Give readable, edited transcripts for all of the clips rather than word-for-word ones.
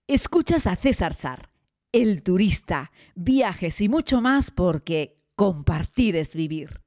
Escuchas a César Sar, el turista, viajes y mucho más porque compartir es vivir.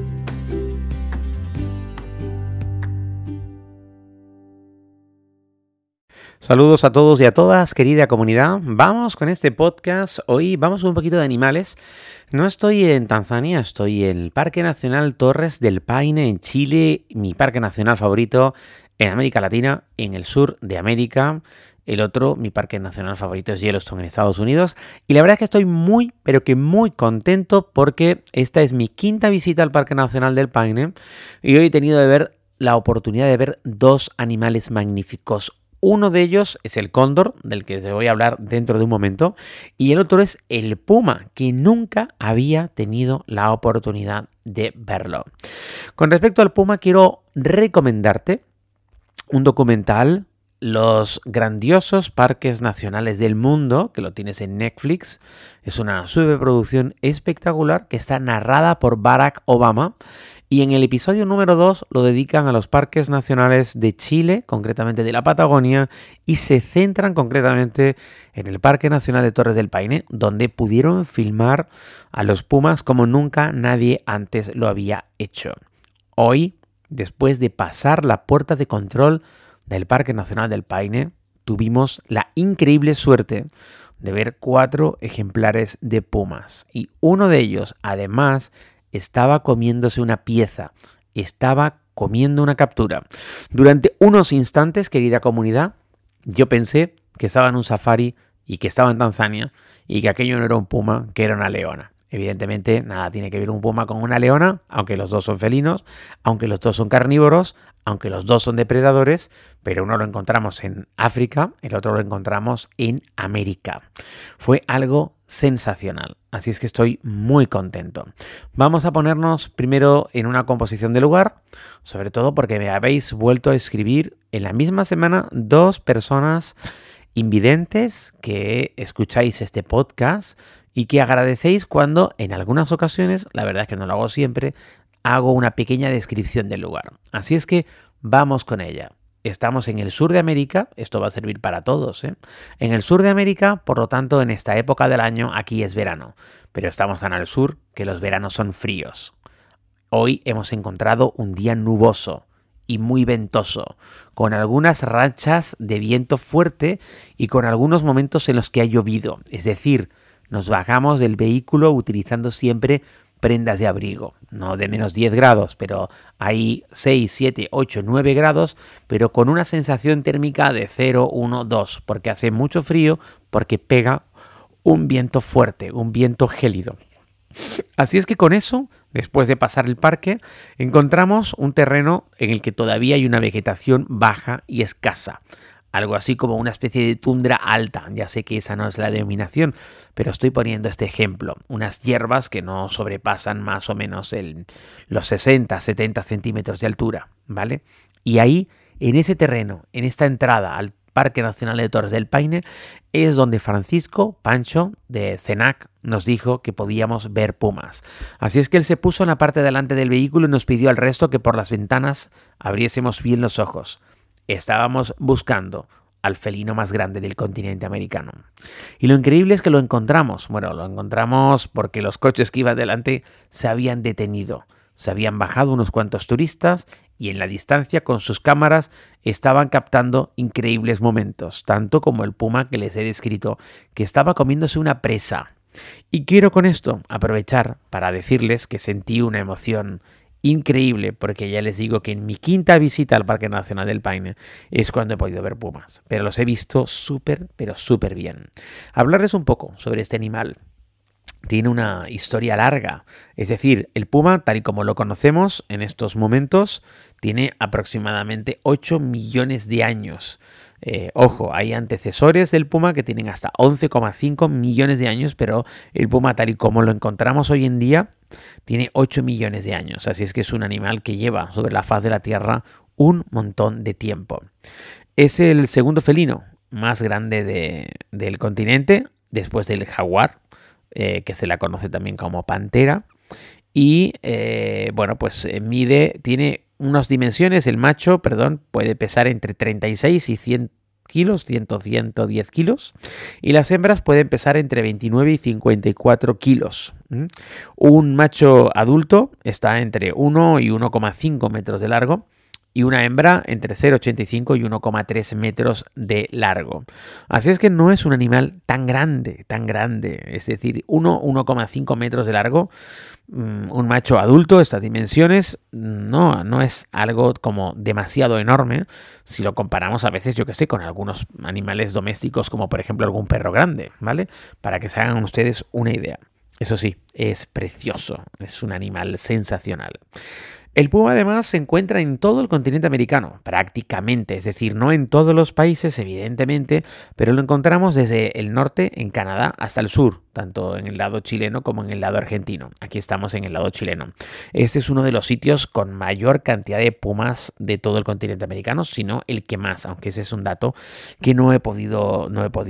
Saludos a todos y a todas, querida comunidad. Vamos con este podcast. Hoy vamos un poquito de animales. No estoy en Tanzania, estoy en el Parque Nacional Torres del Paine, en Chile, mi parque nacional favorito en América Latina, en el sur de América. El otro, mi parque nacional favorito, es Yellowstone en Estados Unidos. Y la verdad es que estoy muy, pero que muy contento porque esta es mi quinta visita al Parque Nacional del Paine y hoy he tenido la oportunidad de ver dos animales magníficos. Uno de ellos es el cóndor, del que te voy a hablar dentro de un momento, y el otro es el puma, que nunca había tenido la oportunidad de verlo. Con respecto al puma, quiero recomendarte un documental, Los grandiosos parques nacionales del mundo, que lo tienes en Netflix. Es una superproducción espectacular que está narrada por Barack Obama. Y en el episodio número 2 lo dedican a los parques nacionales de Chile, concretamente de la Patagonia, y se centran concretamente en el Parque Nacional de Torres del Paine, donde pudieron filmar a los pumas como nunca nadie antes lo había hecho. Hoy, después de pasar la puerta de control del Parque Nacional del Paine, tuvimos la increíble suerte de ver 4 ejemplares de pumas. Y uno de ellos, además, estaba comiéndose una pieza, estaba comiendo una captura. Durante unos instantes, querida comunidad, yo pensé que estaba en un safari y que estaba en Tanzania y que aquello no era un puma, que era una leona. Evidentemente, nada tiene que ver un puma con una leona, aunque los dos son felinos, aunque los dos son carnívoros, aunque los dos son depredadores, pero uno lo encontramos en África, el otro lo encontramos en América. Fue algo sensacional, así es que estoy muy contento. Vamos a ponernos primero en una composición de lugar, sobre todo porque me habéis vuelto a escribir en la misma semana 2 personas invidentes que escucháis este podcast y que agradecéis cuando en algunas ocasiones, la verdad es que no lo hago siempre, hago una pequeña descripción del lugar. Así es que vamos con ella. Estamos en el sur de América, esto va a servir para todos, ¿eh? En el sur de América, por lo tanto, en esta época del año aquí es verano, pero estamos tan al sur que los veranos son fríos. Hoy hemos encontrado un día nuboso y muy ventoso, con algunas rachas de viento fuerte y con algunos momentos en los que ha llovido, es decir, nos bajamos del vehículo utilizando siempre prendas de abrigo, no de menos 10 grados, pero hay 6, 7, 8, 9 grados, pero con una sensación térmica de 0, 1, 2, porque hace mucho frío, porque pega un viento fuerte, un viento gélido. Así es que con eso, después de pasar el parque, encontramos un terreno en el que todavía hay una vegetación baja y escasa. Algo así como una especie de tundra alta. Ya sé que esa no es la denominación, pero estoy poniendo este ejemplo. Unas hierbas que no sobrepasan más o menos los 60, 70 centímetros de altura, ¿vale? Y ahí, en ese terreno, en esta entrada al Parque Nacional de Torres del Paine, es donde Francisco Pancho de CENAC nos dijo que podíamos ver pumas. Así es que él se puso en la parte de delante del vehículo y nos pidió al resto que por las ventanas abriésemos bien los ojos. Estábamos buscando al felino más grande del continente americano. Y lo increíble es que lo encontramos. Bueno, lo encontramos porque los coches que iban delante se habían detenido. Se habían bajado unos cuantos turistas y en la distancia con sus cámaras estaban captando increíbles momentos, tanto como el puma que les he descrito, que estaba comiéndose una presa. Y quiero con esto aprovechar para decirles que sentí una emoción increíble, porque ya les digo que en mi quinta visita al Parque Nacional del Paine es cuando he podido ver pumas, pero los he visto súper, pero súper bien. Hablarles un poco sobre este animal. Tiene una historia larga, es decir, el puma, tal y como lo conocemos en estos momentos, tiene aproximadamente 8 millones de años. Ojo, hay antecesores del puma que tienen hasta 11,5 millones de años, pero el puma, tal y como lo encontramos hoy en día, tiene 8 millones de años. Así es que es un animal que lleva sobre la faz de la Tierra un montón de tiempo. Es el segundo felino más grande del continente, después del jaguar, que se la conoce también como pantera. Y tiene unas dimensiones, puede pesar entre 36 y kilos, 110 kilos, y las hembras pueden pesar entre 29 y 54 kilos. Un macho adulto está entre 1 y 1,5 metros de largo, y una hembra entre 0,85 y 1,3 metros de largo. Así es que no es un animal tan grande, es decir, 1,5 metros de largo. Un macho adulto, estas dimensiones, no es algo como demasiado enorme si lo comparamos a veces, yo que sé, con algunos animales domésticos, como por ejemplo algún perro grande, ¿vale? Para que se hagan ustedes una idea. Eso sí, es precioso, es un animal sensacional. El puma además se encuentra en todo el continente americano, prácticamente, es decir, no en todos los países, evidentemente, pero lo encontramos desde el norte, en Canadá, hasta el sur, tanto en el lado chileno como en el lado argentino. Aquí estamos en el lado chileno. Este es uno de los sitios con mayor cantidad de pumas de todo el continente americano, sino el que más, aunque ese es un dato que no he podido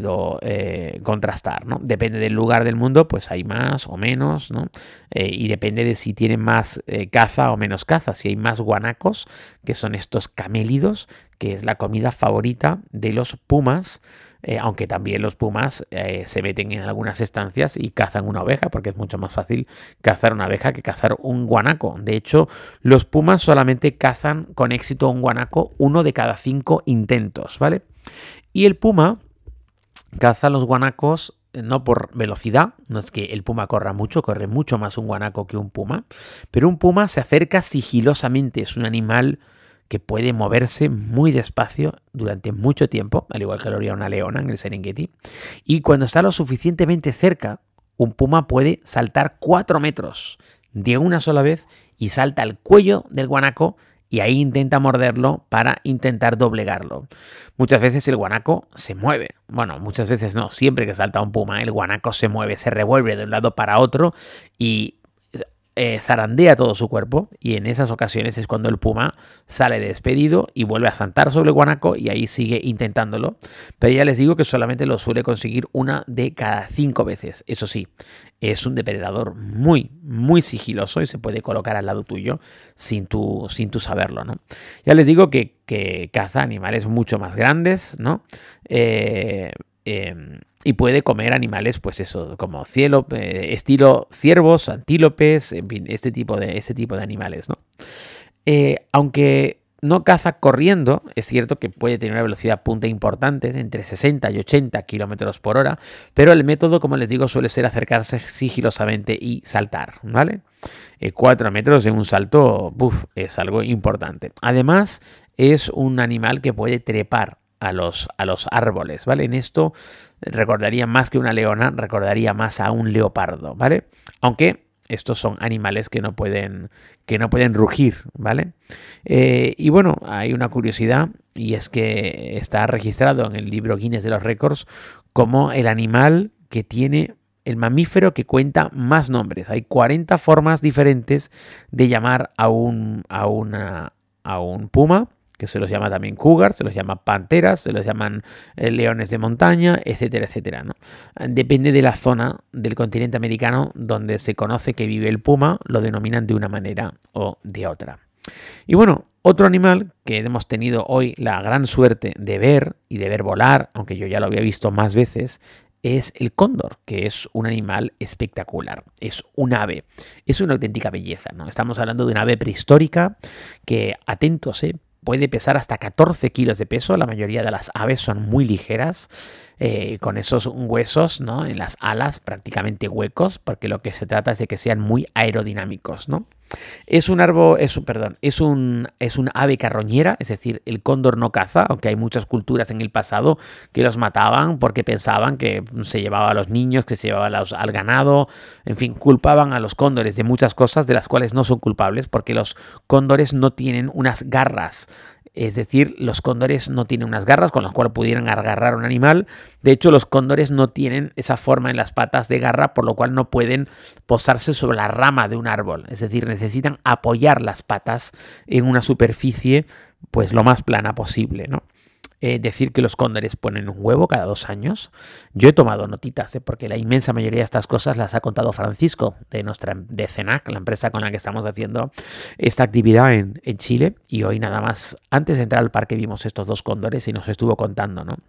contrastar, ¿no? Depende del lugar del mundo, pues hay más o menos, ¿no? Y depende de si tienen más caza o menos caza. Si hay más guanacos, que son estos camélidos, que es la comida favorita de los pumas, aunque también los pumas se meten en algunas estancias y cazan una oveja, porque es mucho más fácil cazar una oveja que cazar un guanaco. De hecho, los pumas solamente cazan con éxito un guanaco 1 de cada 5 intentos, ¿vale? Y el puma caza los guanacos no por velocidad, no es que el puma corra mucho, corre mucho más un guanaco que un puma, pero un puma se acerca sigilosamente, es un animal que puede moverse muy despacio durante mucho tiempo, al igual que lo haría una leona en el Serengeti, y cuando está lo suficientemente cerca, un puma puede saltar 4 metros de una sola vez y salta al cuello del guanaco y ahí intenta morderlo para intentar doblegarlo. Muchas veces el guanaco se mueve. Bueno, muchas veces no. Siempre que salta un puma, el guanaco se mueve, se revuelve de un lado para otro y zarandea todo su cuerpo. Y en esas ocasiones es cuando el puma sale despedido y vuelve a saltar sobre el guanaco y ahí sigue intentándolo. Pero ya les digo que solamente lo suele conseguir 1 de cada 5 veces. Eso sí, es un depredador muy, muy sigiloso y se puede colocar al lado tuyo sin tú saberlo, ¿no? Ya les digo que caza animales mucho más grandes, ¿no? Y puede comer animales, pues eso, como estilo ciervos, antílopes, en fin, este tipo de animales, ¿no? Aunque no caza corriendo, es cierto que puede tener una velocidad punta importante, de entre 60 y 80 kilómetros por hora, pero el método, como les digo, suele ser acercarse sigilosamente y saltar, ¿vale? 4 metros de un salto, es algo importante. Además, es un animal que puede trepar a los árboles, ¿vale? En esto recordaría más que una leona, recordaría más a un leopardo, ¿vale? Aunque estos son animales que no pueden rugir, ¿vale? Y bueno, hay una curiosidad y es que está registrado en el libro Guinness de los Récords como el animal que tiene el mamífero que cuenta más nombres. Hay 40 formas diferentes de llamar a un puma, que se los llama también cougars, se los llama panteras, se los llaman leones de montaña, etcétera, etcétera, ¿no? Depende de la zona del continente americano donde se conoce que vive el puma, lo denominan de una manera o de otra. Y bueno, otro animal que hemos tenido hoy la gran suerte de ver y de ver volar, aunque yo ya lo había visto más veces, es el cóndor, que es un animal espectacular, es un ave, es una auténtica belleza, ¿no? Estamos hablando de una ave prehistórica que, atentos, puede pesar hasta 14 kilos de peso. La mayoría de las aves son muy ligeras, con esos huesos, ¿no?, en las alas prácticamente huecos, porque lo que se trata es de que sean muy aerodinámicos, ¿no? Es un ave carroñera, es decir, el cóndor no caza, aunque hay muchas culturas en el pasado que los mataban porque pensaban que se llevaba a los niños, que se llevaba al ganado, en fin, culpaban a los cóndores de muchas cosas de las cuales no son culpables, porque los cóndores no tienen unas garras. Es decir, los cóndores no tienen unas garras con las cuales pudieran agarrar a un animal. De hecho, los cóndores no tienen esa forma en las patas de garra, por lo cual no pueden posarse sobre la rama de un árbol. Es decir, necesitan apoyar las patas en una superficie pues lo más plana posible, ¿no? decir que los cóndores ponen un huevo cada 2 años. Yo he tomado notitas, porque la inmensa mayoría de estas cosas las ha contado Francisco de CENAC, la empresa con la que estamos haciendo esta actividad en Chile. Y hoy nada más, antes de entrar al parque, vimos estos 2 cóndores y nos estuvo contando, ¿no?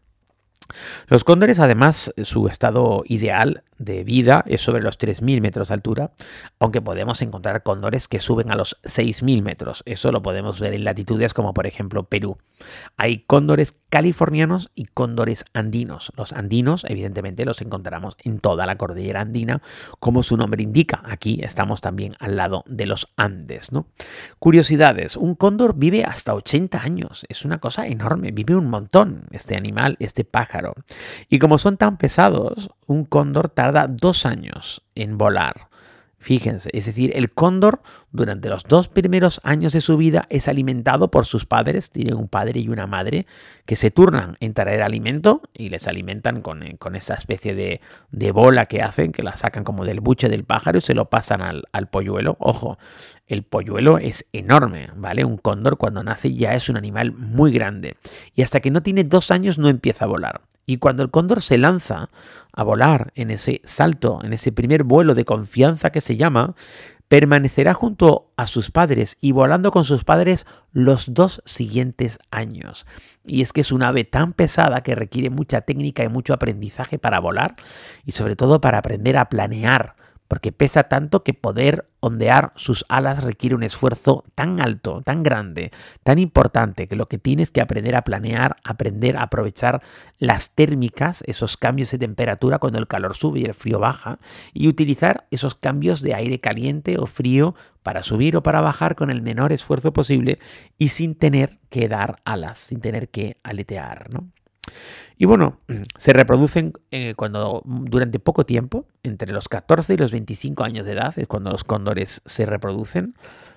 Los cóndores, además, su estado ideal de vida es sobre los 3.000 metros de altura, aunque podemos encontrar cóndores que suben a los 6.000 metros. Eso lo podemos ver en latitudes como, por ejemplo, Perú. Hay cóndores californianos y cóndores andinos. Los andinos, evidentemente, los encontramos en toda la cordillera andina, como su nombre indica. Aquí estamos también al lado de los Andes, ¿no? Curiosidades. Un cóndor vive hasta 80 años. Es una cosa enorme. Vive un montón este animal, este pájaro. Y como son tan pesados, un cóndor tarda 2 años en volar. Fíjense, es decir, el cóndor durante los 2 primeros años de su vida es alimentado por sus padres, tienen un padre y una madre que se turnan en traer alimento y les alimentan con esa especie de bola que hacen, que la sacan como del buche del pájaro y se lo pasan al polluelo. Ojo, el polluelo es enorme, ¿vale? Un cóndor cuando nace ya es un animal muy grande y hasta que no tiene 2 años no empieza a volar. Y cuando el cóndor se lanza a volar en ese salto, en ese primer vuelo de confianza que se llama, permanecerá junto a sus padres y volando con sus padres los 2 siguientes años. Y es que es un ave tan pesada que requiere mucha técnica y mucho aprendizaje para volar y sobre todo para aprender a planear, porque pesa tanto que poder ondear sus alas requiere un esfuerzo tan alto, tan grande, tan importante, que lo que tienes que aprender a planear, aprender a aprovechar las térmicas, esos cambios de temperatura cuando el calor sube y el frío baja, y utilizar esos cambios de aire caliente o frío para subir o para bajar con el menor esfuerzo posible y sin tener que dar alas, sin tener que aletear, ¿no? Y bueno, se reproducen durante poco tiempo, entre los 14 y los 25 años de edad, es cuando los cóndores se reproducen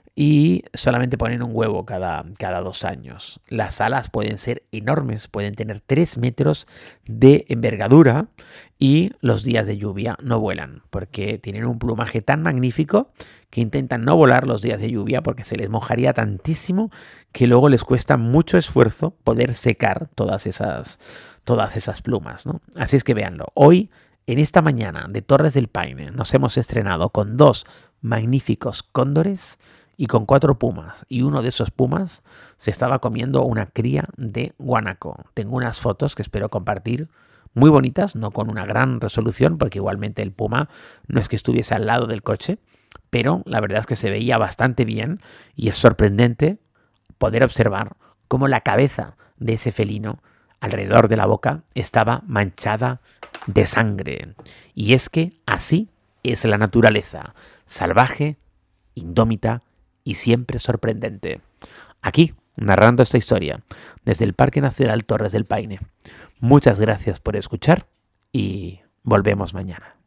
y solamente ponen un huevo cada 2 años. Las alas pueden ser enormes, pueden tener 3 metros de envergadura y los días de lluvia no vuelan porque tienen un plumaje tan magnífico que intentan no volar los días de lluvia porque se les mojaría tantísimo que luego les cuesta mucho esfuerzo poder secar todas esas plumas, ¿no? Así es que véanlo. Hoy, en esta mañana de Torres del Paine, nos hemos estrenado con 2 magníficos cóndores y con 4 pumas. Y uno de esos pumas se estaba comiendo una cría de guanaco. Tengo unas fotos que espero compartir muy bonitas, no con una gran resolución, porque igualmente el puma no es que estuviese al lado del coche, pero la verdad es que se veía bastante bien y es sorprendente poder observar cómo la cabeza de ese felino alrededor de la boca estaba manchada de sangre. Y es que así es la naturaleza, salvaje, indómita y siempre sorprendente. Aquí, narrando esta historia, desde el Parque Nacional Torres del Paine. Muchas gracias por escuchar y volvemos mañana.